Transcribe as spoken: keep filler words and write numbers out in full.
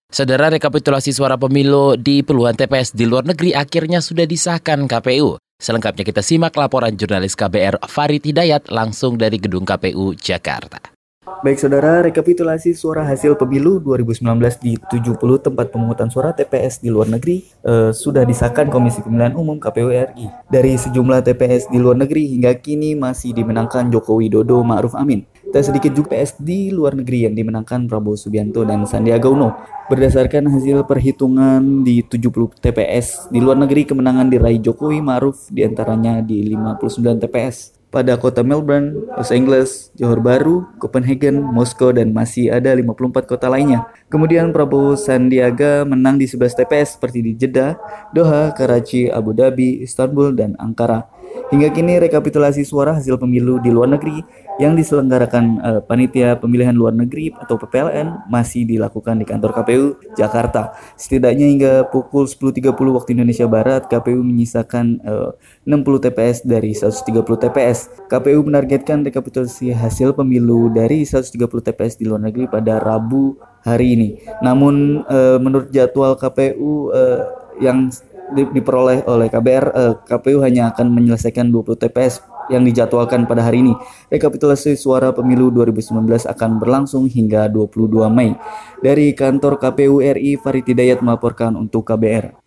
Saudara, rekapitulasi suara pemilu di puluhan T P S di luar negeri akhirnya sudah disahkan K P U. Selengkapnya kita simak laporan jurnalis K B R Farid Hidayat langsung dari Gedung K P U Jakarta. Baik saudara, rekapitulasi suara hasil pemilu dua ribu sembilan belas di tujuh puluh tempat pemungutan suara T P S di luar negeri eh, sudah disahkan Komisi Pemilihan Umum K P U R I. Dari sejumlah T P S di luar negeri hingga kini masih dimenangkan Joko Widodo Ma'ruf Amin. Tak sedikit juga T P S di luar negeri yang dimenangkan Prabowo Subianto dan Sandiaga Uno. Berdasarkan hasil perhitungan di tujuh puluh T P S di luar negeri, kemenangan diraih Jokowi Ma'ruf diantaranya di lima puluh sembilan T P S. Pada kota Melbourne, Los Angeles, Johor Bahru, Copenhagen, Moskow, dan masih ada lima puluh empat kota lainnya. Kemudian Prabowo Sandiaga menang di sebelas T P S seperti di Jeddah, Doha, Karachi, Abu Dhabi, Istanbul, dan Ankara. Hingga kini rekapitulasi suara hasil pemilu di luar negeri yang diselenggarakan uh, Panitia Pemilihan Luar Negeri atau P P L N masih dilakukan di kantor K P U Jakarta. Setidaknya hingga pukul sepuluh tiga puluh waktu Indonesia Barat, K P U menyisakan uh, enam puluh T P S dari seratus tiga puluh T P S. K P U menargetkan rekapitulasi hasil pemilu dari seratus tiga puluh T P S di luar negeri pada Rabu hari ini. Namun uh, menurut jadwal K P U uh, yang diperoleh oleh K B R, eh, K P U hanya akan menyelesaikan dua puluh T P S yang dijadwalkan pada hari ini. Rekapitulasi suara pemilu dua ribu sembilan belas akan berlangsung hingga dua puluh dua Mei. Dari kantor K P U R I, Farid Hidayat melaporkan untuk K B R.